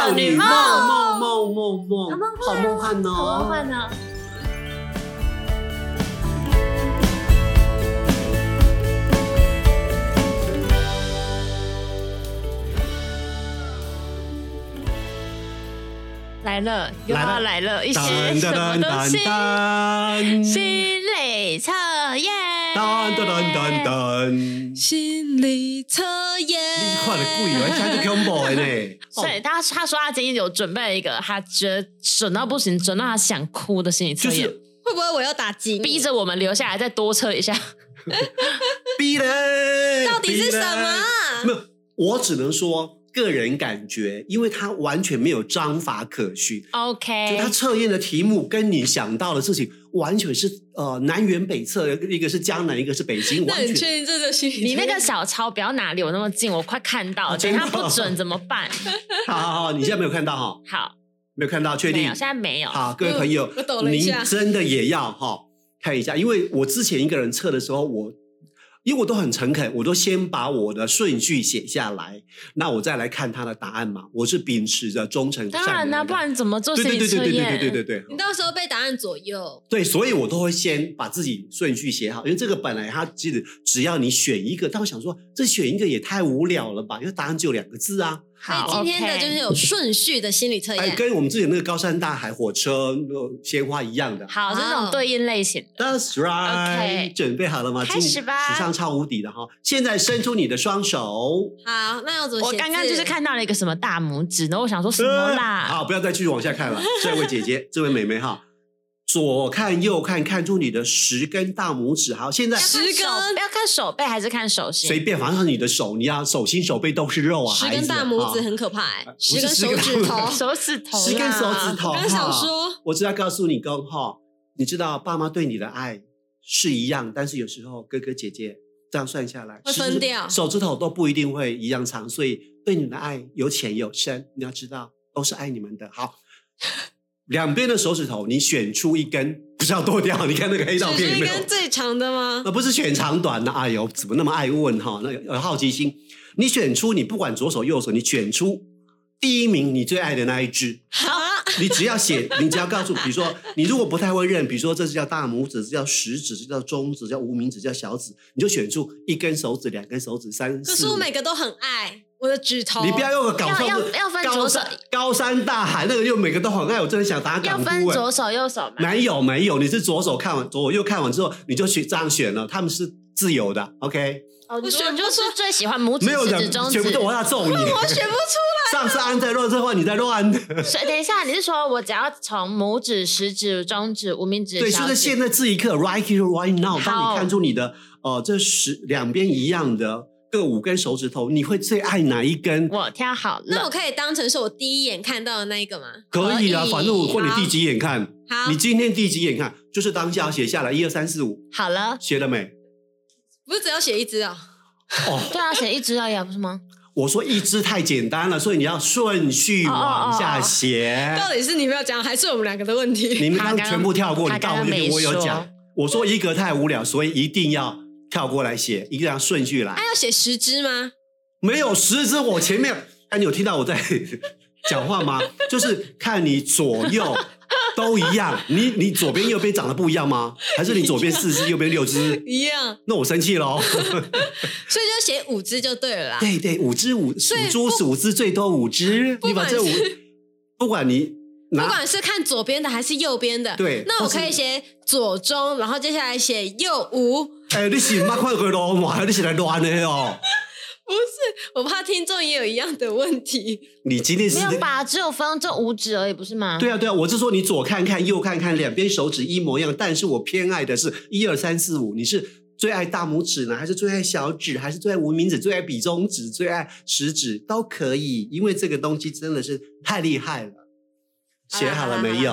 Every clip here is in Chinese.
少女梦， 梦，好梦幻哦， 好梦幻哦。来了，又要来了，一些什么东西？心理测验， 心理测验， 你看得贵哦，现在就 combo 的呢。 所以他说他今天有准备了一个，他觉得准到不行，准到他想哭的心理测验。 会不会我要打击你？ 逼着我们留下来再多测一下。 逼人， 到底是什么？ 没有，我只能说个人感觉，因为他完全没有章法可循。 OK， 就他测验的题目跟你想到的事情完全是南辕北辙，一个是江南，一个是北京， 那完全。 你确定这个心理？ 你那个小抄不要拿离我那么近，我快看到了，等一下不准怎么办？ 好，你现在没有看到哈？ 好， 没有看到，确定？ 现在没有。 好，各位朋友， 我抖了一下， 您真的也要看一下，因为我之前一个人测的时候，因为我都很诚恳，我都先把我的顺序写下来，那我再来看他的答案嘛。我是秉持着忠诚善良的。 当然啦，不然怎么做心理测验？ 对。 你到时候被答案左右。 对，所以我都会先把自己顺序写好，因为这个本来它其实只要你选一个，但我想说这选一个也太无聊了吧，因为答案只有2个字啊。 好， 今天的就是有顺序的心理测验， 跟我们之前那个高山大海、火车、鲜花一样的。 好，这种对应类型的。 That's right， 准备好了吗？ 开始吧， 史上超无敌的哈！现在伸出你的双手。 好，那要怎么写字？ 我刚刚就是看到了一个什么大拇指，然后我想说什么啦？ 好，不要再继续往下看了。这位姐姐，这位妹妹哈。左看右看，看出你的10根大拇指。好，现在 10根， 要看手背还是看手心？ 随便，反正你的手，你要手心手背都是肉啊。 10根大拇指很可怕10根手指头 ，10根手指头。 我刚想说， 我只要告诉你公哈，你知道爸妈对你的爱是一样，但是有时候哥哥姐姐这样算下来会分掉， 手指头都不一定会一样长，所以对你的爱有浅有深，你要知道都是爱你们的。好。2边的手指头，你选出1根，不是要剁掉？你看那个黑照片有没有？ 选出1根最长的吗？ 不是选长短的。哎呦，怎么那么爱问哈？那有好奇心。你选出，你不管左手右手，你选出第1名你最爱的那一只。你只要写，你只要告诉，比如说你如果不太会认，比如说这是叫大拇指，这叫食指，这叫中指，叫无名指，叫小指，你就选出1根手指、2根手指、3、4。 可是我每个都很爱。我的指头， 你不要用个搞错， 要分左手。 高山大海那个又每个都很爱，我真的想打港要分左手右手吗？ 没有，你是左手看完，左右看完之后，你就这样选了，他们是自由的 ，OK？ 我选就是最喜欢拇指、食指、中指， 全部都我要揍你， 我选不出来。 上次安在乱，这话你在乱。 所以等一下，你是说我只要从拇指、食指、中指、无名指、小指？ 对，就是现在这一刻 ，right here, right now， 当你看出你的这2边一样的。各5根手指头，你会最爱哪一根？ 我挑好了。 那我可以当成是我第一眼看到的那一个吗？ 可以啊，反正我问你第几眼看。 好， 你今天第几眼看？就是当下写下来，1、2、3、4、5。 好了， 写了没？ 不是只要写1只啊？ 对啊，写1只而已啊，不是吗？ 我说1只太简单了，所以你要顺序往下写。 到底是你没有讲，还是我们2个的问题？ 你们刚全部跳过，你倒回去我有讲。我说1格太无聊，所以一定要跳过来写，一定要顺序来。 要写10只吗？ 没有10只，我前面你有听到我在讲话吗？就是看你左右都一样，你左边右边长得不一样吗？还是你左边4只，右边6只？ 一样。 那我生气咯。 所以就写5只就对了啦。 对5只属猪是5只，最多5只。你把这不管是看左边的还是右边的， 对，那我可以写左中，然后接下来写右无。 你是不看过罗马，你是来乱的哦。 不是，我怕听众也有一样的问题。 你今天是没有吧？只有分这5指而已，不是吗？ 对啊，我是说你左看看右看看，2边手指一模一样，但是我偏爱的是1、2、3、4、5。你是最爱大拇指呢，还是最爱小指，还是最爱无名指，最爱比中指，最爱食指都可以，因为这个东西真的是太厉害了。写好了没有？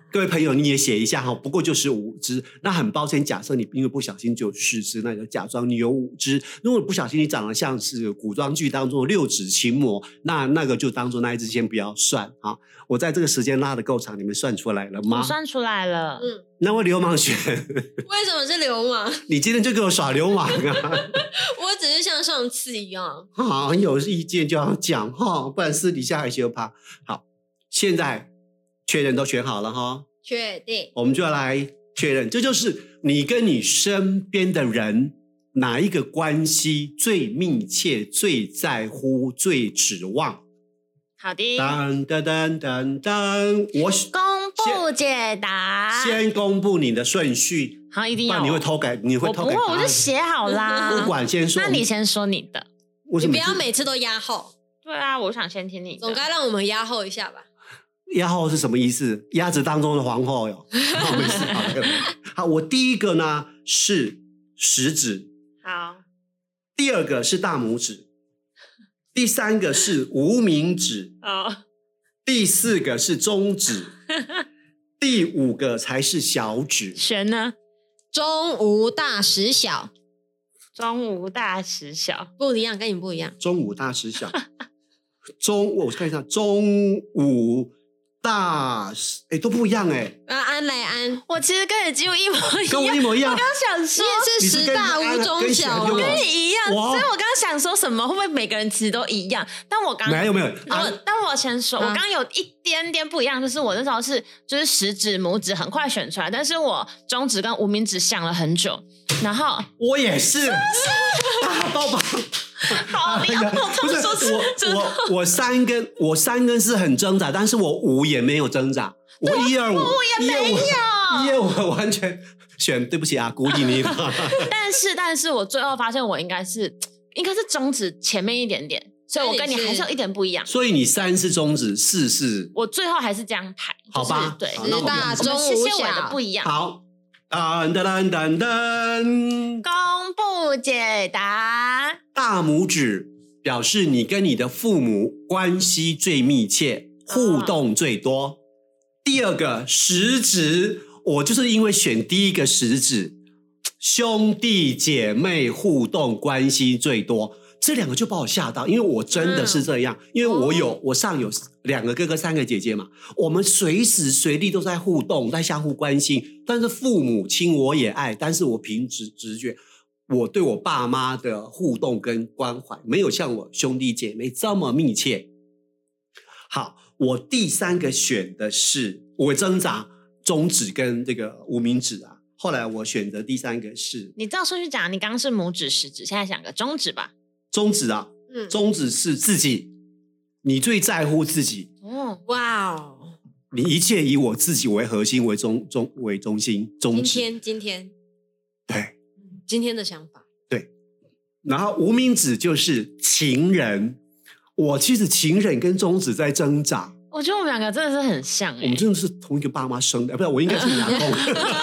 各位朋友你也写一下哈，不过就是5支。那很抱歉，假设你因为不小心只有4支，那就假装你有5支。如果不小心你长得像是古装剧当中的6指琴魔，那个就当做那一支先不要算啊。我在这个时间拉得够长，你们算出来了吗？ 我算出来了。 那位流氓选， 为什么是流氓？ 你今天就给我耍流氓啊！ 我只是像上次一样， 好，有意见就要讲哈，不然私底下害羞怕。好，现在确认都选好了哈， 确定。 我们就要来确认，这就是你跟你身边的人哪一个关系最密切、最在乎、最指望。 好的， 当当当当当，我公布解答， 先公布你的顺序。 好，一定要。 不然你会偷改，你会偷改。 我不会，我就写好啦。 不管先说， 那你先说你的。 你不要每次都压后。 对啊，我想先听你的。 总该让我们压后一下吧。 压后是什么意思？鸭子当中的皇后哟。没事，好，我第一个呢是食指， 好， 第二个是大拇指，第3个是无名指，第4个是中指，第5个才是小指。 选呢？ 中无大实小， 中无大实小， 不一样，跟你不一样。 中无大实小，我看一下，中无大都不一样安来安， 我其实跟你几乎一模一样， 跟我一模一样。 我刚想说你是10大无中小， 跟你一样，所以我刚刚想说什么，会不会每个人其实都一样？但我刚没有， 但我先说，我刚刚有一点点不一样，就是我那时候就是食指、拇指很快选出来，但是我中指跟无名指想了很久，然后我也是，抱抱。 好，你要痛说我3根是很挣扎，但是我5也没有挣扎，我1、2、5 也没有 ，1、2、5完全选，对不起啊，故意你。 但是我最后发现我应该是中指前面一点点，所以我跟你还是有一点不一样。 所以你3是中指，4是， 我最后还是这样排， 好吧？ 对， 10大中无小的不一样。 好，噔噔噔噔， 公布解答。 大拇指表示你跟你的父母关系最密切，互动最多。第2个食指，我就是因为选第1个食指，兄弟姐妹互动关系最多。这2个就把我吓到，因为我真的是这样，因为我上有2个哥哥3个姐姐嘛，我们随时随地都在互动，在相互关心。但是父母亲我也爱，但是我凭直觉，我对我爸妈的互动跟关怀没有像我兄弟姐妹这么密切。好，我第3个选的是，我挣扎中指跟这个无名指啊，后来我选择第3个是， 你照顺序讲，你刚刚是拇指、食指，现在想个中指吧。 中指啊，中指是自己，你最在乎自己。 哇哦， 你一切以我自己为核心，为中心，中指。 今天， 对， 今天的想法， 对。然后无名指就是情人，我其实情人跟中指在挣扎。 我觉得我们2个真的是很像我们真的是同一个爸妈生的，不是，我应该是你阿公。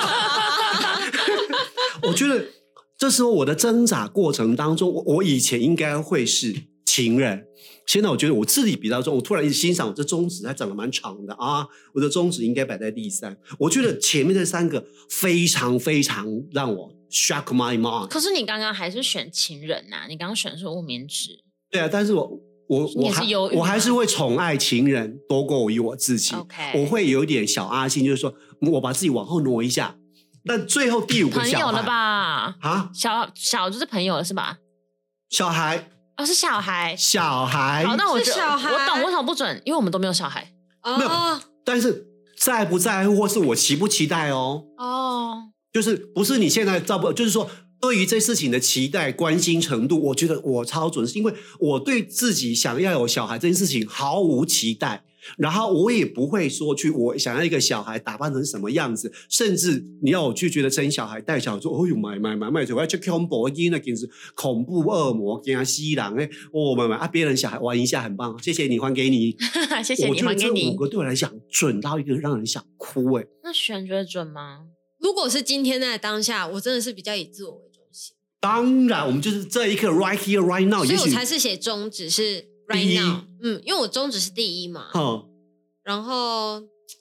我觉得这时候我的挣扎过程当中，我以前应该会是情人，现在我觉得我自己比较重，我突然一直欣赏我这中指，它长得蛮长的啊，我的中指应该摆在第3。我觉得前面这3个非常非常让我 shock my mind。 可是你刚刚还是选情人啊，你刚刚选的是无名指。 对啊，但是我还是会宠爱情人多过于我自己。 Okay. 我会有点小阿信，就是说我把自己往后挪一下。但最后第5个小孩， 朋友了吧？ 啊， 小就是朋友了是吧？ 小孩是小孩。 好， 那我小孩， 我懂为什么不准，因为我们都没有小孩。 没有，但是在不在乎或是我期不期待就是不是你现在就是说对于这事情的期待关心程度，我觉得我超准，是因为我对自己想要有小孩这件事情毫无期待，然后我也不会说我想要一个小孩打扮成什么样子，甚至你要我去觉得生小孩带小孩说哦哟买，我要去恐怖那简直恐怖恶魔惊死人买别人小孩玩一下很棒，谢谢你还给你。 谢谢你还给你。 我觉得这5个对我来讲准到一个让人想哭那璇觉得准吗？ 如果是今天在当下，我真的是比较以自我为中心。 当然，我们就是这一刻 right here right now， 所以我才是写中指是 right now。因为我中指是第1嘛。然后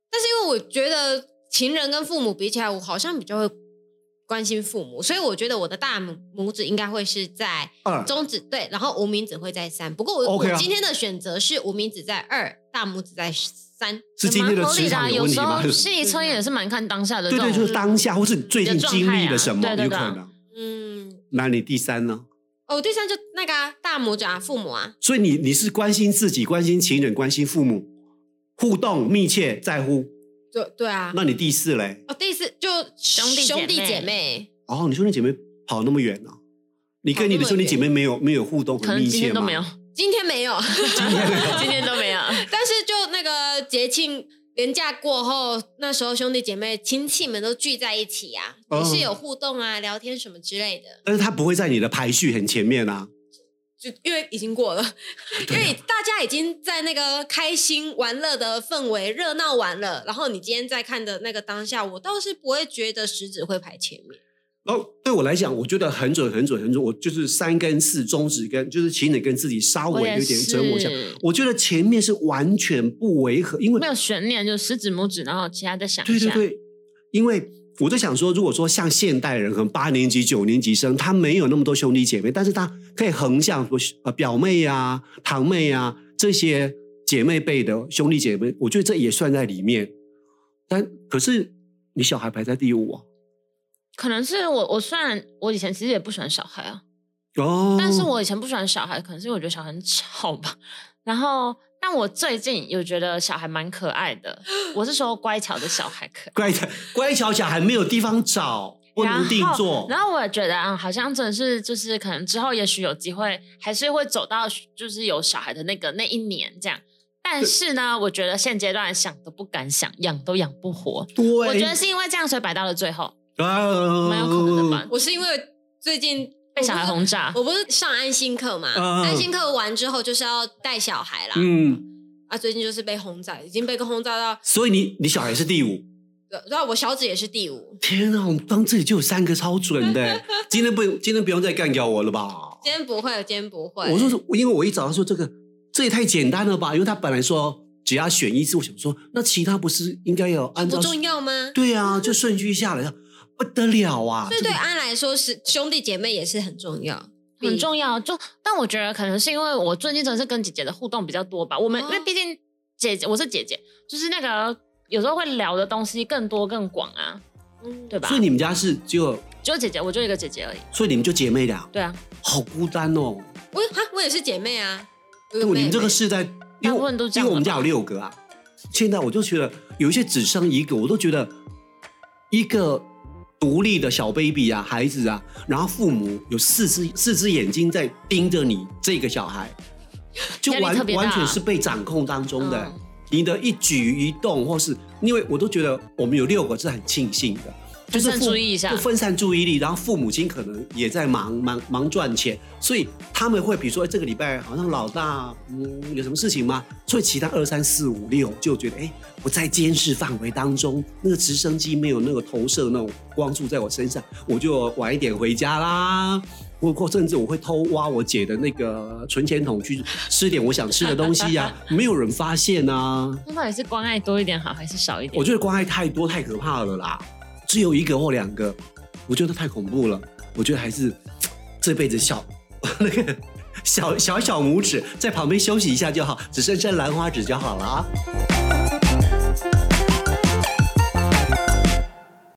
但是因为我觉得情人跟父母比起来，我好像比较会关心父母，所以我觉得我的大拇指应该会是在 2， 中指对，然后无名指会在3。不过我 OK 啊我今天的选择是无名指在2，大拇指在3。 是今天的磁场有问题吗？ 有时候心理测验也是蛮看当下的， 对对，就是当下或是你最近经历了什么，有可能。那你第3呢？ 第3就那个大拇指父母啊。 所以你是关心自己、关心情人、关心父母，互动密切在乎。 对啊。 那你第4嘞？ 第4就兄弟姐妹。 哦，你兄弟姐妹跑那么远呢？你跟你的兄弟姐妹没有互动很密切吗？ 今天没有， 今天都没有。 但是就那个节庆连假过后，那时候兄弟姐妹亲戚们都聚在一起啊，也是有互动啊、聊天什么之类的。 但是他不会在你的排序很前面啊， 就因为已经过了，因为大家已经在那个开心玩乐的氛围热闹完了，然后你今天在看的那个当下，我倒是不会觉得食指会排前面。 然后对我来讲，我觉得很准，我就是3跟4中指跟就是情人跟自己稍微有点折磨一下，我觉得前面是完全不违和，因为没有悬念，就食指、拇指，然后其他再想一下。 对，因为我在想说，如果说像现代人可能8年级、9年级生，他没有那么多兄弟姐妹，但是他可以横向表妹啊、堂妹啊这些姐妹辈的兄弟姐妹，我觉得这也算在里面。可是你小孩排在第5啊。 可能是我虽然我以前其实也不喜欢小孩啊，但是我以前不喜欢小孩，可能是因为我觉得小孩很吵吧。然后，但我最近有觉得小孩蛮可爱的。我是说乖巧的小孩可爱， 乖巧小孩没有地方找，不能定做。 然后我也觉得好像真的是就是可能之后也许有机会，还是会走到就是有小孩的那一年这样。但是呢，我觉得现阶段想都不敢想，养都养不活。 对， 我觉得是因为这样，所以摆到了最后。蛮有可能的吧。 我是因为最近被小孩轰炸， 我不是上安心课嘛，安心课完之后就是要带小孩啦。最近就是被轰炸，已经被轰炸到。 所以你小孩是第5， 对，我小指也是第5。 天啊，我们当这里就有3个超准的。今天不用再干掉我了吧？ 今天不会。 我说，因为我一找到说这也太简单了吧？因为他本来说只要选1次，我想说那其他不是应该有按照不重要吗？ 对啊，就顺序下来。不得了啊！ 所以对安来说，是兄弟姐妹也是很重要， 很重要。但我觉得可能是因为我最近真的是跟姐姐的互动比较多吧。因为毕竟我是姐姐，就是那个有时候会聊的东西更多更广啊，对吧？ 所以你们家是只有姐姐，我就一个姐姐而已。 所以你们就姐妹俩？ 对啊， 好孤单哦。 我也是姐妹啊。 对，你们这个世代，因为我们家有6个啊。现在我就觉得有一些只生1个，我都觉得一个独立的小 baby 啊，孩子啊，然后父母有4只眼睛在盯着你这个小孩，就完全是被掌控当中的。你的一举一动，或是因为我都觉得我们有6个是很庆幸的，就是注意一下， 就分散注意力，然后父母亲可能也在忙赚钱，所以他们会比如说这个礼拜好像老大有什么事情吗？所以其他2、3、4、5、6就觉得不在监视范围当中，那个直升机没有那个投射那种光束在我身上，我就晚一点回家啦。或甚至我会偷挖我姐的那个存钱筒去吃点我想吃的东西啊，没有人发现啊。 那到底是关爱多一点好，还是少一点？ 我觉得关爱太多太可怕了啦，只有1个或2个，我觉得太恐怖了。我觉得还是这辈子那个小拇指在旁边休息一下就好，只剩下兰花指就好了啊。